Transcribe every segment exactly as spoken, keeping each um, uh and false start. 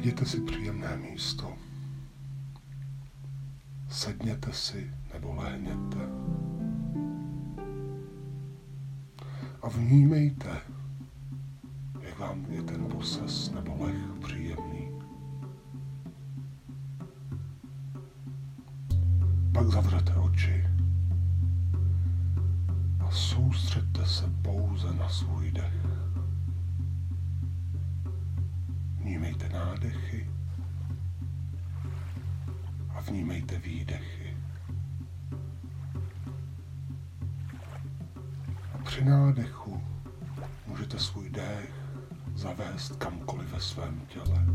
Najděte si příjemné místo. Sedněte si nebo lehněte. A vnímejte, jak vám je ten poses nebo leh příjemný. Pak zavřete oči a soustřeďte se pouze na svůj dech. Vnímejte nádechy a vnímejte výdechy. A při nádechu můžete svůj dech zavést kamkoliv ve svém těle.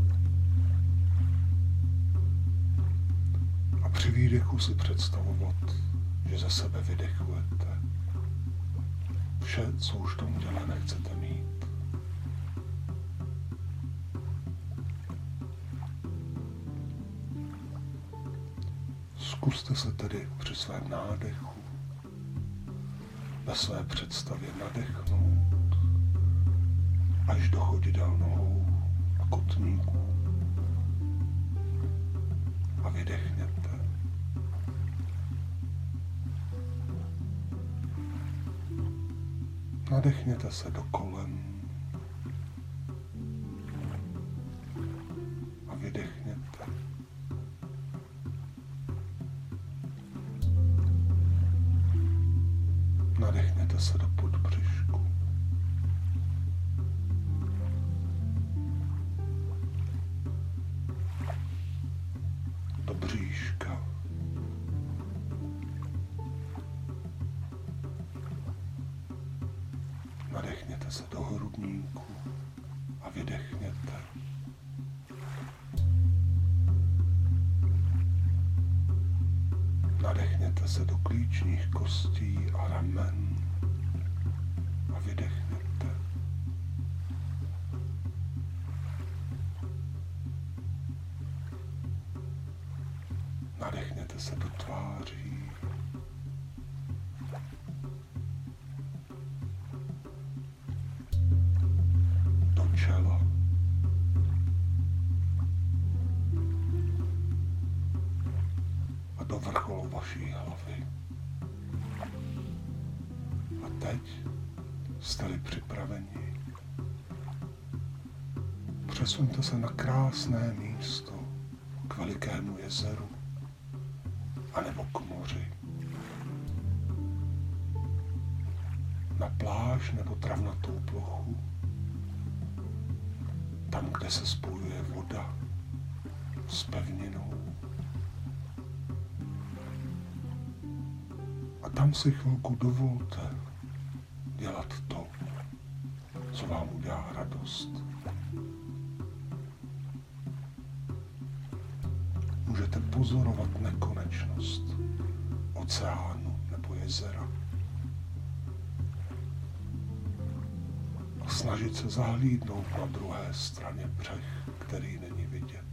A při výdechu si představovat, že ze sebe vydechujete vše, co už v tom těle nechcete mít. Zkuste se tedy při svém nádechu ve své představě nadechnout až do chodidel nohou a kotníků a vydechněte. Nadechněte se do kolen a vydechněte. Nadechněte se do podbřišku. Do bříška. Nadechněte se do hrudníku a vydechněte. Nadechněte se do klíčních kostí a ramen a vydechněte. Nadechněte se do tváří. Do čela. A do vrcholu vaší hlavy. A teď jste-li připraveni, přesuňte se na krásné místo k velikému jezeru anebo k moři. Na pláž nebo travnatou plochu, tam, kde se spojuje voda s pevninou. A tam si chvilku dovolte dělat to, co vám udělá radost. Můžete pozorovat nekonečnost oceánu nebo jezera a snažit se zahlídnout na druhé straně břeh, který není vidět.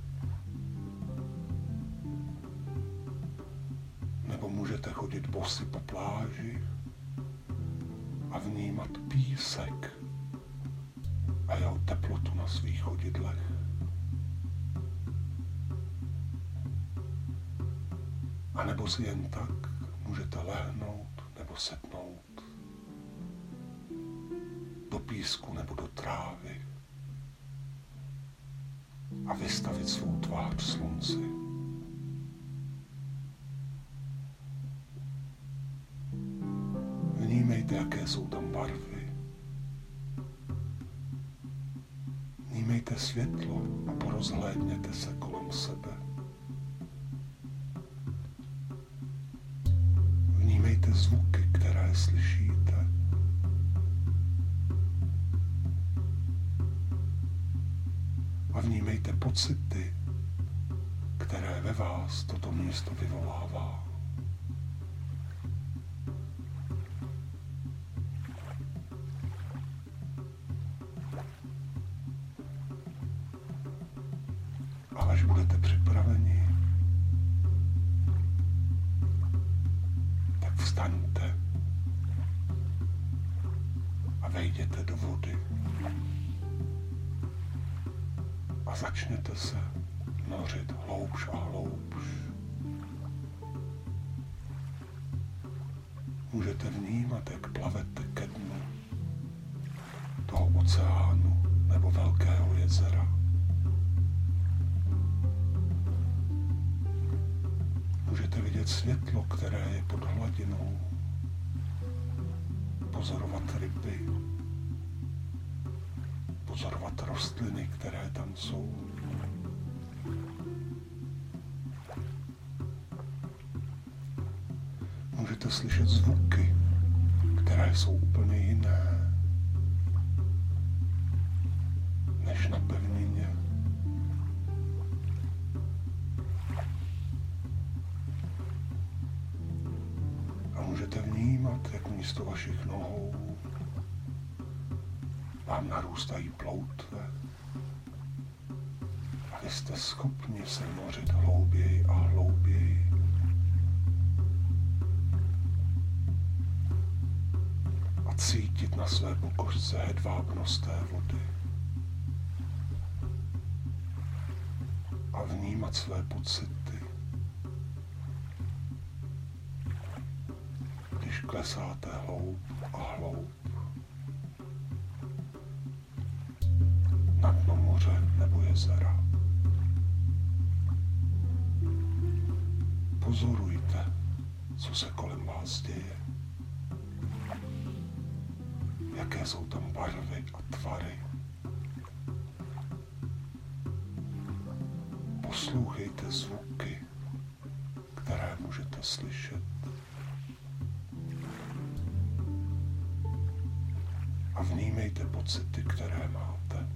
Nebo můžete chodit bosy po pláži a vnímat písek a jeho teplotu na svých chodidlech. A nebo si jen tak můžete lehnout nebo sednout do písku nebo do trávy a vystavit svou tvář slunci. Vnímejte, jaké jsou tam barvy. Vnímejte světlo a porozhlédněte se kolem sebe. Vnímejte zvuky, které slyšíte. A vnímejte pocity, které ve vás toto místo vyvolává. A až budete připraveni, tak vstaňte a vejděte do vody. a začněte se nořit hloubš a hloubš. Můžete vnímat, jak plavete ke dnu toho oceánu nebo velkého jezera. Můžete vidět světlo, které je pod hladinou, pozorovat ryby, pozorovat rostliny, které tam jsou. Můžete slyšet zvuky, které jsou úplně jiné než na pevnině. A můžete vnímat, jak místo vašich nohou vám narůstají ploutve a vy jste schopni se nořit hlouběji a hlouběji. A cítit na své pokožce hedvábnost té vody. A vnímat své pocity, když klesáte hloub a hloub na dno moře nebo jezera. Pozorujte, co se kolem vás děje. Jaké jsou tam barvy a tvary. Poslouchejte zvuky, které můžete slyšet. A vnímejte pocity, které máte.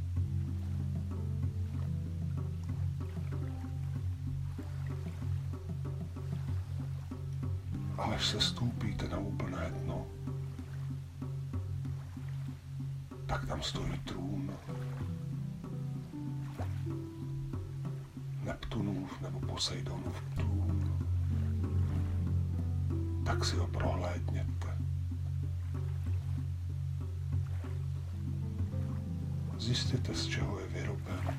A až se stoupíte na úplné dno, tak tam stojí trůn. Neptunův nebo Poseidonův trůn. Tak si ho prohlédněte. Zjistěte, z čeho je vyroben.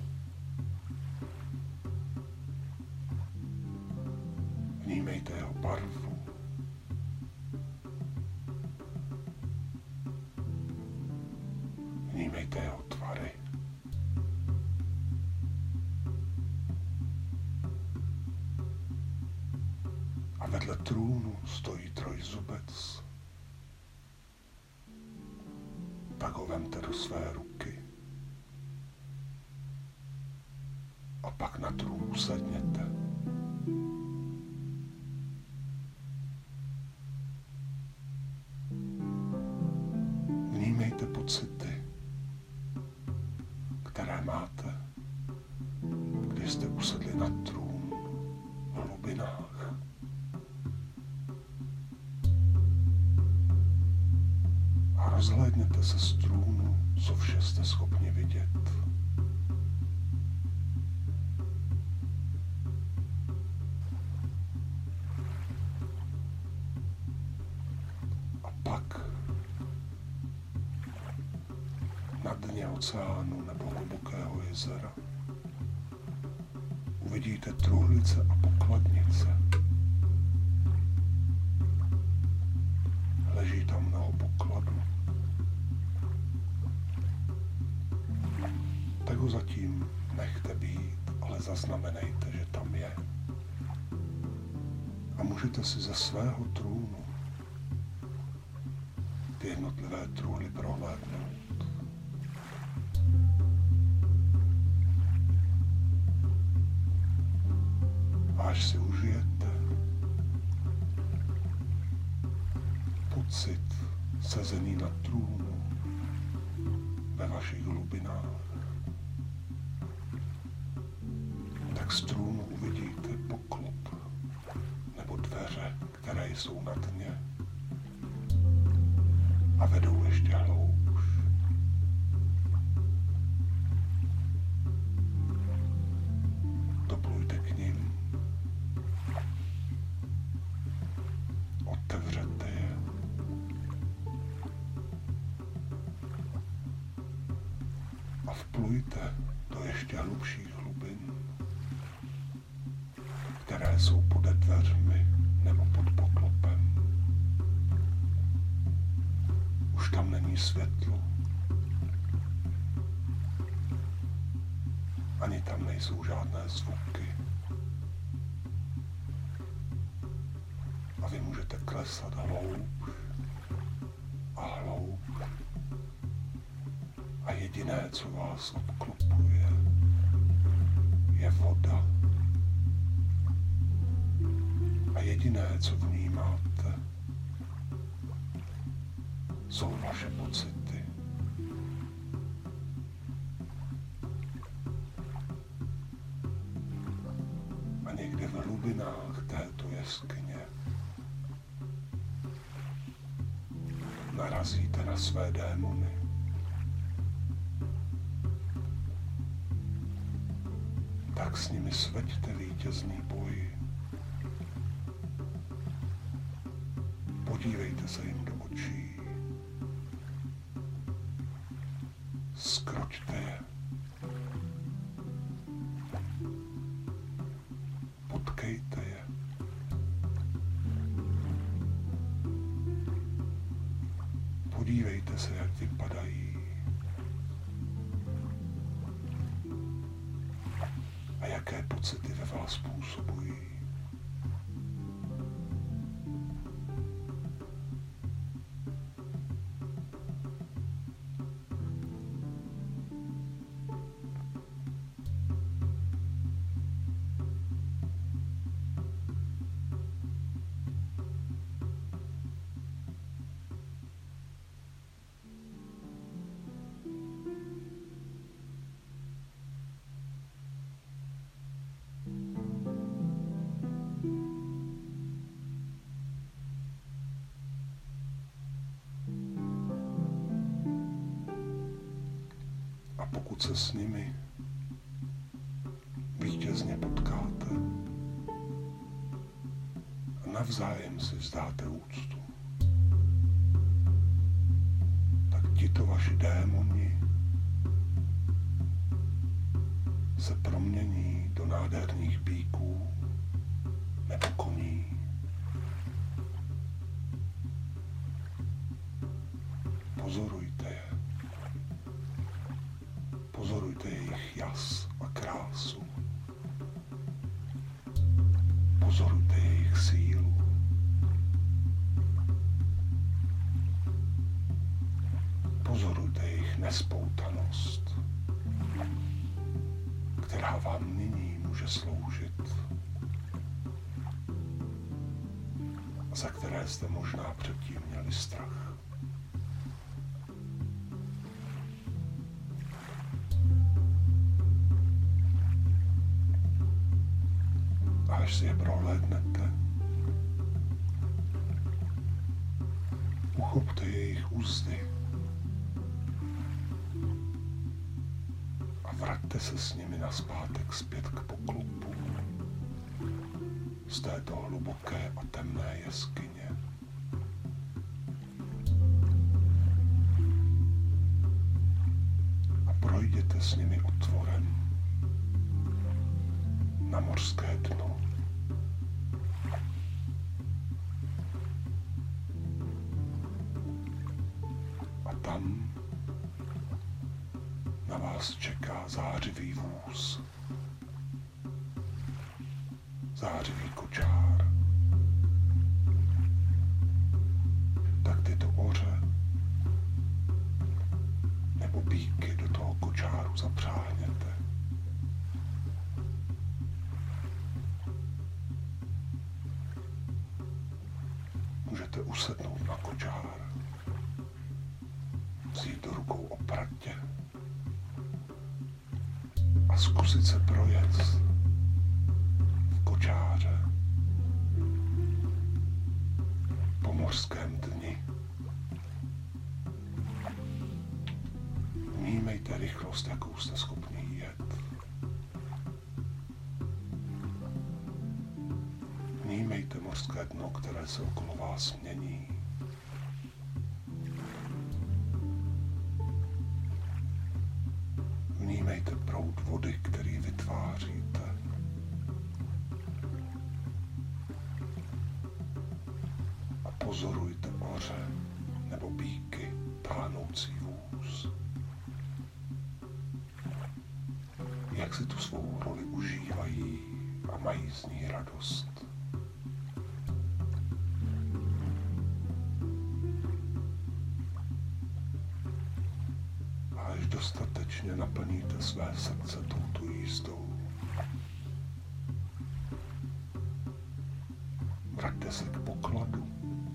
Vnímejte jeho barvu. Vnímejte jeho tvary. A vedle trůnu stojí trojzubec. Tak ho vemte do své ruky. A pak na trůn usedněte. Vnímejte pocity, které máte, když jste usedli na trůn v hlubinách. A rozhlédněte se z trůnu, co vše jste schopni vidět. A pak na dně oceánu nebo hlubokého jezera uvidíte truhlice a pokladnice. Leží tam mnoho pokladů. Tak ho zatím nechte být, ale zaznamenejte, že tam je. A můžete si ze svého trůnu ty jednotlivé truhly prohlédnout. A až si užijete pocit sezený na trůnu ve vašich hlubinách, tak z trůnu uvidíte poklop nebo dveře, které jsou na dně a vedou ještě hloubš. Doplujte k nim, otevřete je a vplujte do do ještě hlubších hlubin, které jsou pode dveřmi nebo pod poklopem. Už tam není světlo, ani tam nejsou žádné zvuky. A vy můžete klesat hloub a hloub. A jediné, co vás obklopuje, je voda. A jediné, co vnímáte, jsou vaše pocity. A někde v hlubinách této jeskyně narazíte na své démony. Tak s nimi sveďte vítězný boj. Podívejte se jim do očí. Skroťte je. Potkejte je. Podívejte se, jak vypadají. A jaké pocity ve vás způsobují. A pokud se s nimi vítězně potkáte a navzájem si vzdáte úctu, tak tito vaši démoni se promění do nádherných býků nebo koní. Pozorujte je. Pozorujte jejich jas a krásu. Pozorujte jejich sílu. Pozorujte jejich nespoutanost, která vám nyní může sloužit a za které jste možná předtím měli strach. Až si je prohlédnete, uchopte jejich úzdy a vraťte se s nimi nazpátek zpět k poklopu z této hluboké a temné jeskyně. A projděte s nimi otvorem na mořské dno. A tam na vás čeká zářivý vůz, zářivý kočár. Tak tyto oře nebo býky do toho kočáru zapřáhněte. Můžete usednout na kočár, vzít do rukou opratě a zkusit se projet v kočáře po mořském dni. Vnímejte rychlost, jakou jste schopni jet. Vnímejte mořské dno, které se okolo vás mění. Vnímejte proud vody, který vytváříte. A pozorujte oře nebo býky táhnoucí vůz. Jak si tu svou roli užívají a mají z ní radost. A až dostatečně naplníte své srdce touto jízdou, vraťte se k pokladu,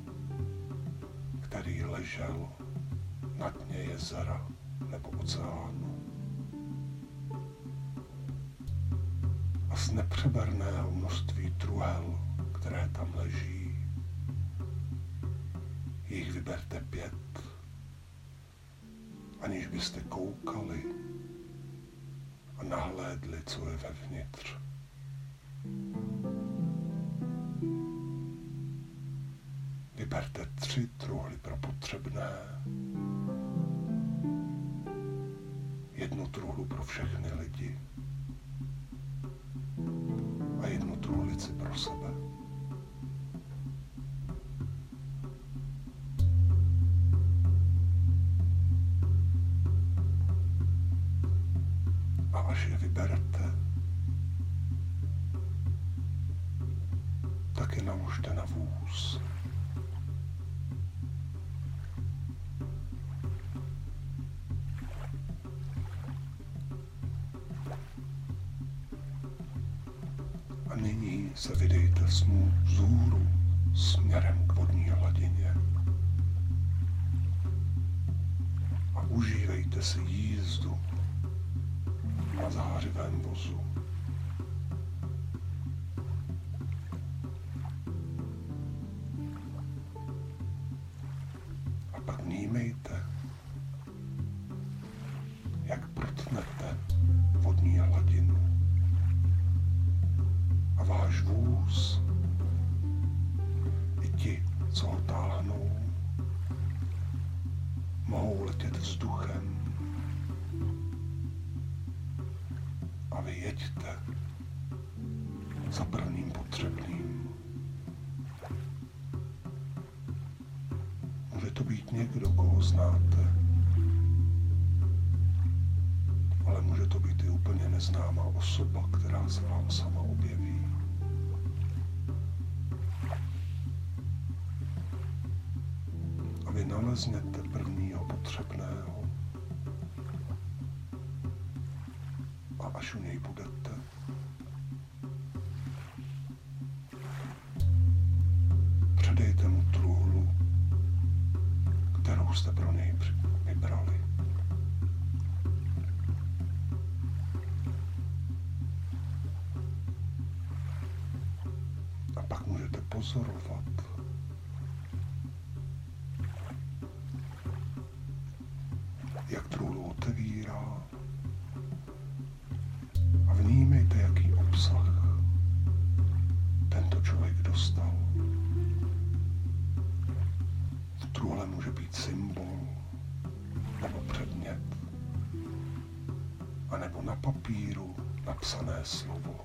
který ležel na dně jezera nebo oceánu. A z nepřeberného množství truhel, které tam leží, jich vyberte pět, aniž byste koukali a nahlédli, co je vevnitř. Vyberte tři truhly pro potřebné, jednu truhlu pro všechny lidi a jednu truhlici pro sebe. A až je vyberete, tak je naložte na vůz. A nyní se vydejte vzhůru směrem k vodní hladině a užívejte si jízdu na zářivém vozu. A pak vnímejte, jak protnete vodní hladinu. A váš vůz, i ti, co ho táhnou, mohou letět vzduchem. A vy jeďte za prvním potřebným. Může to být někdo, koho znáte, ale může to být i úplně neznámá osoba, která se vám sama objeví. A vy nalezněte prvního potřebného. A až u něj budete, předejte mu truhlu, kterou jste pro něj vybrali. A pak můžete pozorovat, jak truhlu otevírá, a vnímejte, jaký obsah tento člověk dostal. V truhle může být symbol nebo předmět, anebo na papíru napsané slovo.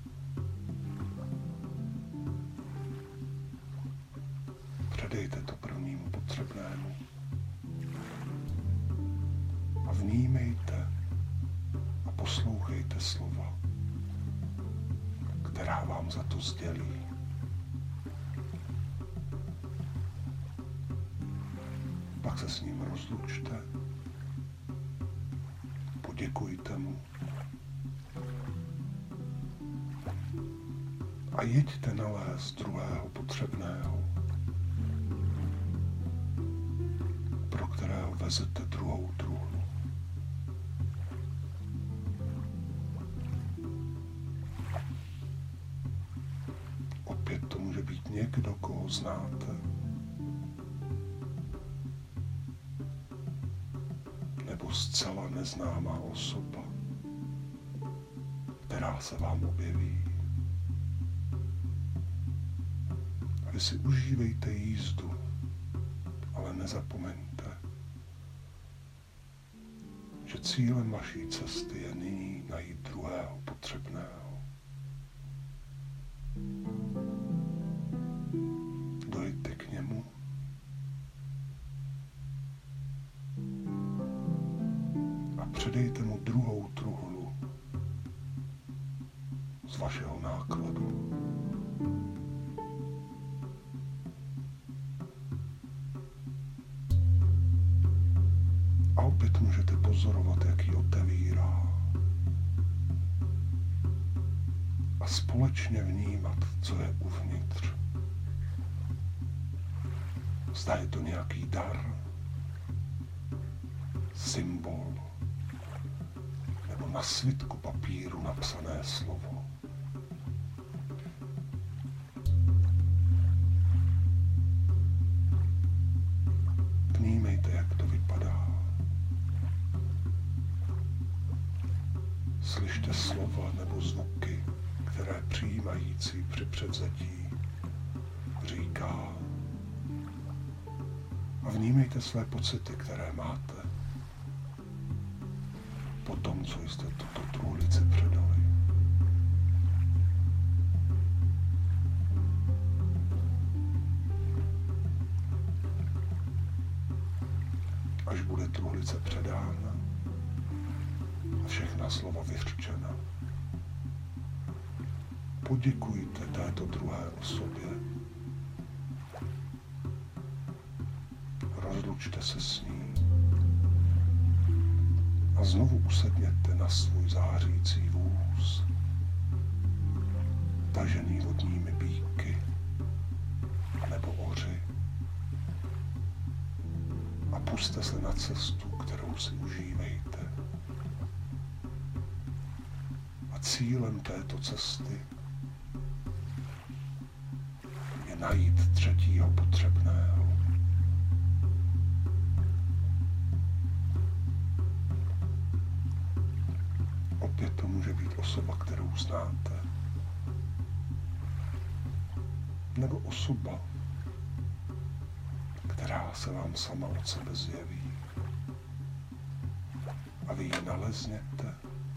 Předejte to prvnímu potřebnému a vnímejte a poslouchejte slova, která vám za to sdělí. Pak se s ním rozlučte, poděkujte mu a jeďte nalézt druhého potřebného, pro kterého vezete druhou truhlu. Opět to může být někdo, koho znáte, nebo zcela neznámá osoba, která se vám objeví. A vy si užívejte jízdu, ale nezapomeňte, že cílem vaší cesty je nyní najít druhého potřebného. Dojďte k němu a předejte mu druhou truhlu z vašeho nákladu. A opět můžete pozorovat, jak ji otevírá. A společně vnímat, co je uvnitř. Zda je to nějaký dar, symbol, nebo na svitku papíru napsané slovo. Vnímejte, jak to vypadá. Slyšte slova nebo zvuky, které přijímající při převzetí říká. A vnímejte své pocity, které máte po tom, co jste tuto truhlici předali. Až bude truhlice předána a všechna slova vyřčena, poděkujte této druhé osobě. Rozlučte se s ní a znovu usedněte na svůj zářící vůz, tažený vodními býky nebo oři, a pusťte se na cestu, kterou si užívejte. A cílem této cesty je najít třetího potřebného. Opět to může být osoba, kterou znáte, nebo osoba, která se vám sama od sebe zjeví. A vy ji nalezněte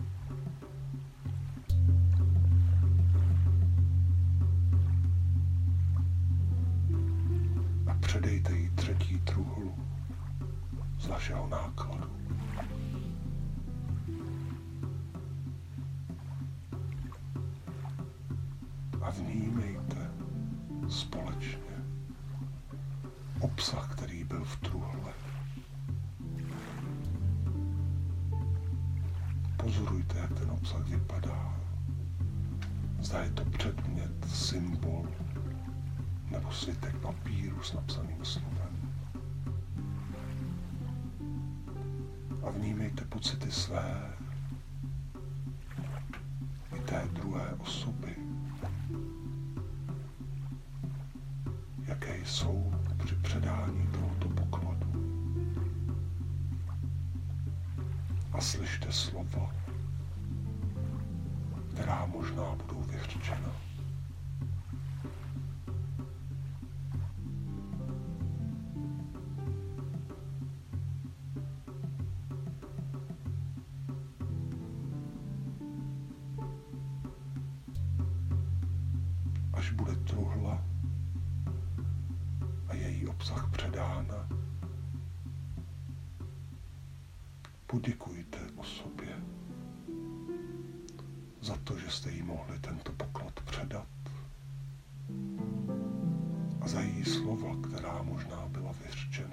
a předejte jí třetí truhlu z vašeho nákladu. A vnímejte společně obsah, který byl v truhle. Pozorujte, jak ten obsah vypadá. Zda je to předmět, symbol nebo svitek papíru s napsaným slovem. A vnímejte pocity své i té druhé osoby. Jaké jsou při předání tohoto pokladu. A slyšte slova, která možná budou vyřčena. Až bude truhla a její obsah předána, poděkujte osobě za to, že jste jí mohli tento poklad předat, a za její slova, která možná byla vyřčena,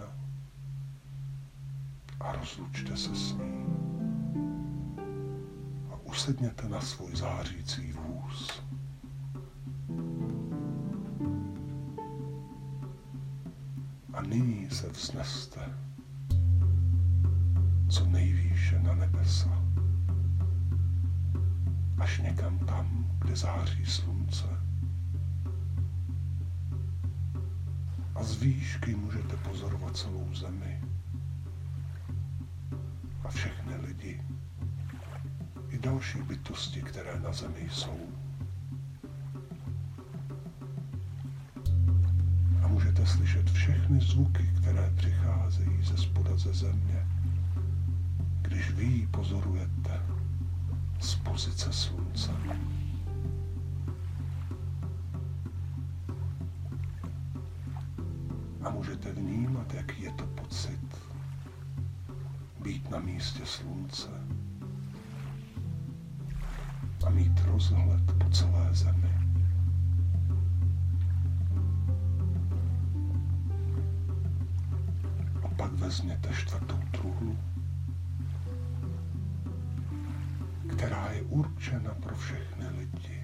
a rozlučte se s ní a usedněte na svůj zářící vůz. A nyní se vzneste co nejvýše na nebesa, až někam tam, kde září slunce. A z výšky můžete pozorovat celou zemi a všechny lidi i další bytosti, které na zemi jsou. A můžete slyšet všechny zvuky, které přicházejí ze spoda ze země, kde když vy ji pozorujete z pozice slunce. A můžete vnímat, jaký je to pocit být na místě slunce a mít rozhled po celé zemi. A pak vezměte čtvrtou truhlu, která je určena pro všechny lidi.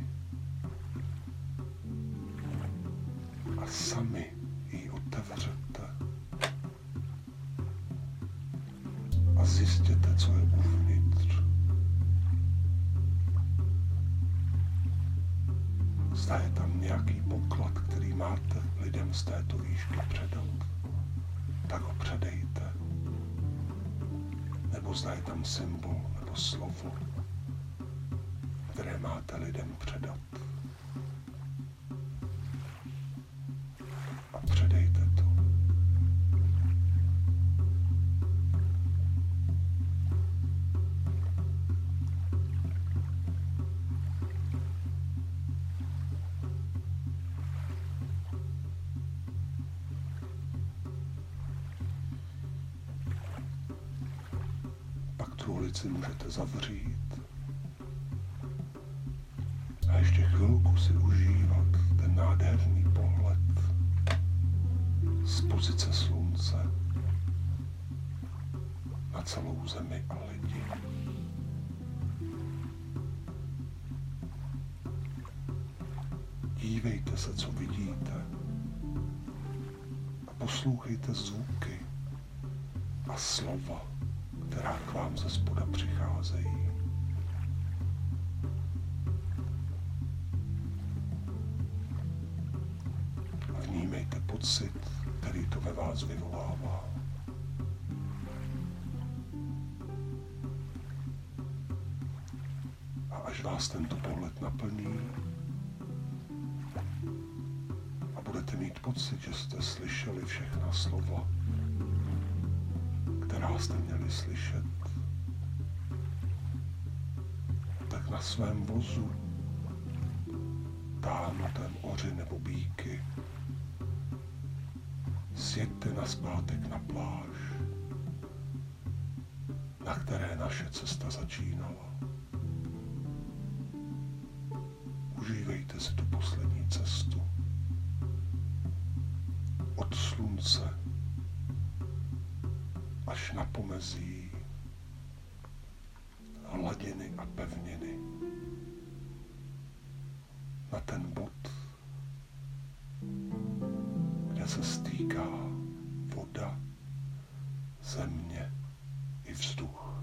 A sami ji otevřete a zjistěte, co je uvnitř. Zda je tam nějaký poklad, který máte lidem z této výšky předat, tak ho předejte. Nebo zda je tam symbol nebo slovo, které máte lidem předat. A předejte to. Pak truhlici můžete zavřít a ještě chvilku si užívat ten nádherný pohled z pozice slunce na celou zemi a lidi. Dívejte se, co vidíte, a poslouchejte zvuky a slova, která k vám ze spoda přicházejí. Vnímejte pocit, který to ve vás vyvolává. A až vás tento pohled naplní a budete mít pocit, že jste slyšeli všechna slova, která jste měli slyšet, tak na svém vozu, táhnutém oři nebo býky, sjeďte nazpátek na pláž, na které naše cesta začínala. Užívejte si tu poslední cestu. Od slunce až na pomezí hladiny a pevniny. Na ten bod, kde se stýká voda, země i vzduch.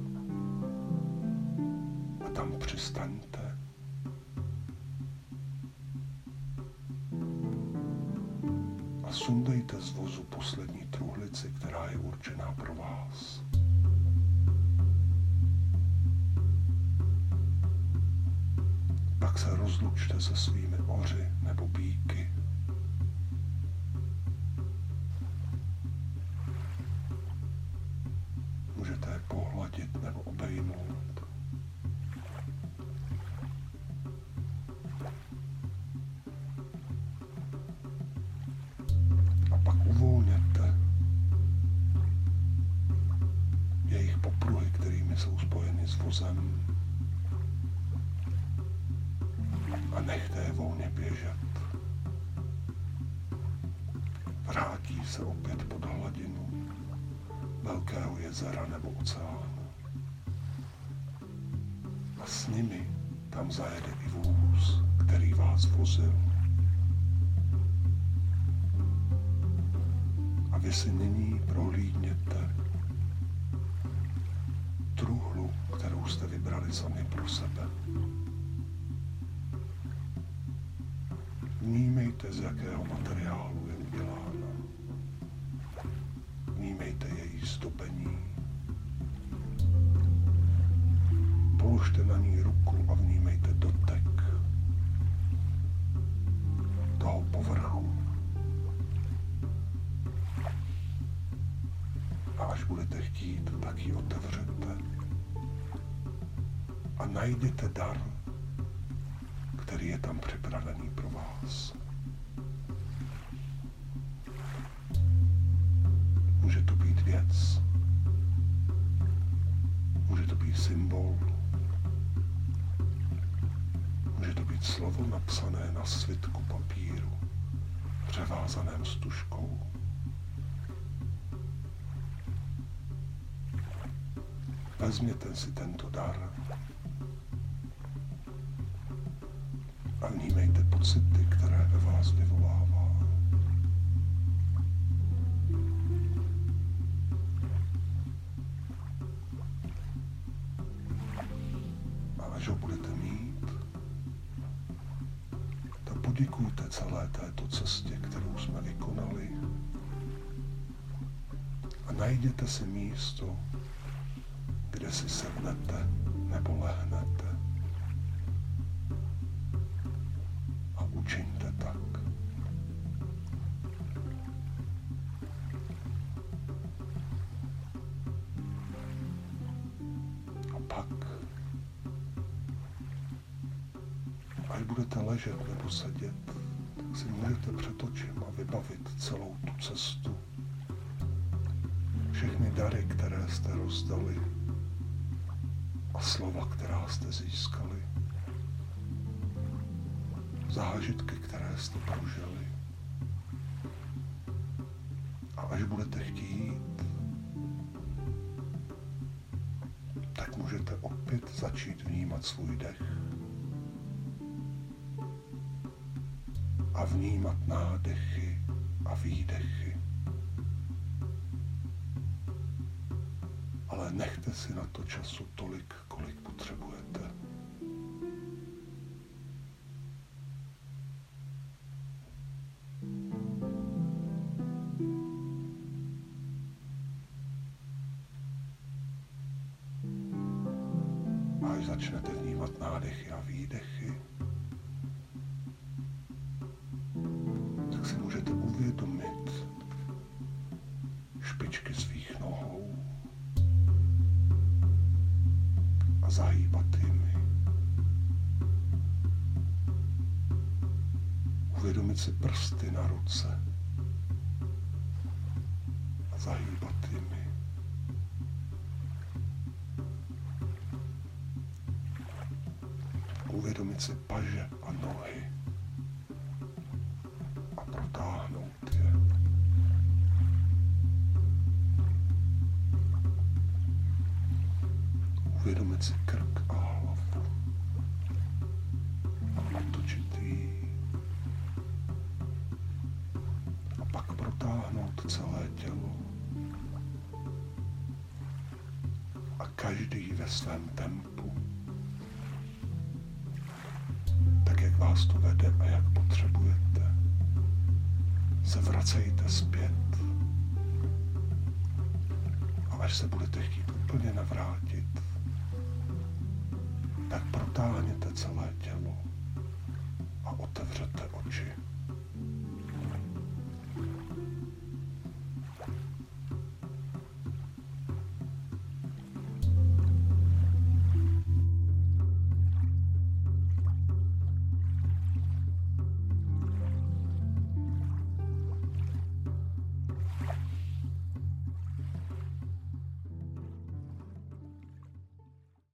A tam přistaňte a sundejte z vozu poslední truhlici, která je určená pro vás. Pak se rozlučte se svými oři nebo býky. Můžete je pohladit nebo obejmout. A pak uvolněte jejich popruhy, kterými jsou spojeny s vozem, a nechte je volně běžet. Vrátí se opět pod hladinu velkého jezera nebo oceánu. A s nimi tam zajede i vůz, který vás vozil. A vy si nyní prohlídněte truhlu, kterou jste vybrali sami pro sebe. Vnímejte, z jakého materiálu je udělána. Vnímejte její zdobení. Položte na ní ruku a vnímejte dotek toho povrchu. A až budete chtít, tak ji otevřete a najděte dar, který je tam připravený pro vás. Může to být věc, může to být symbol, může to být slovo napsané na svitku papíru, převázaném stužkou. Vezměte si tento dar a vnímejte pocity, které ve vás vyvolává. A až ho budete mít, tak poděkujte celé této cestě, kterou jsme vykonali, a najděte si místo, kde si sednete nebo lehnete. A učiňte tak. A pak, až budete ležet nebo sedět, tak si můžete před očima vybavit celou tu cestu. Všechny dary, které jste rozdali, a slova, která jste získali, zážitky, které jste prožili. A až budete chtít, tak můžete opět začít vnímat svůj dech a vnímat nádechy a výdechy. Ale nechte si na to času tolik, kolik potřebujete. A až začnete vnímat nádechy a výdechy, tak si můžete uvědomit špičky svých nohou a zahýbat jimi. Uvědomit si prsty na ruce a zahýbat jimi. Uvědomit si paže a nohy a protáhnout je. Uvědomit si krk a hlavu a otočit ji. A pak protáhnout celé tělo. A každý ve svém tempu. Tak, jak vás to vede a jak potřebujete. Se vracejte zpět. A až se budete chtít úplně navrátit, tak protáhněte celé tělo a otevřete oči.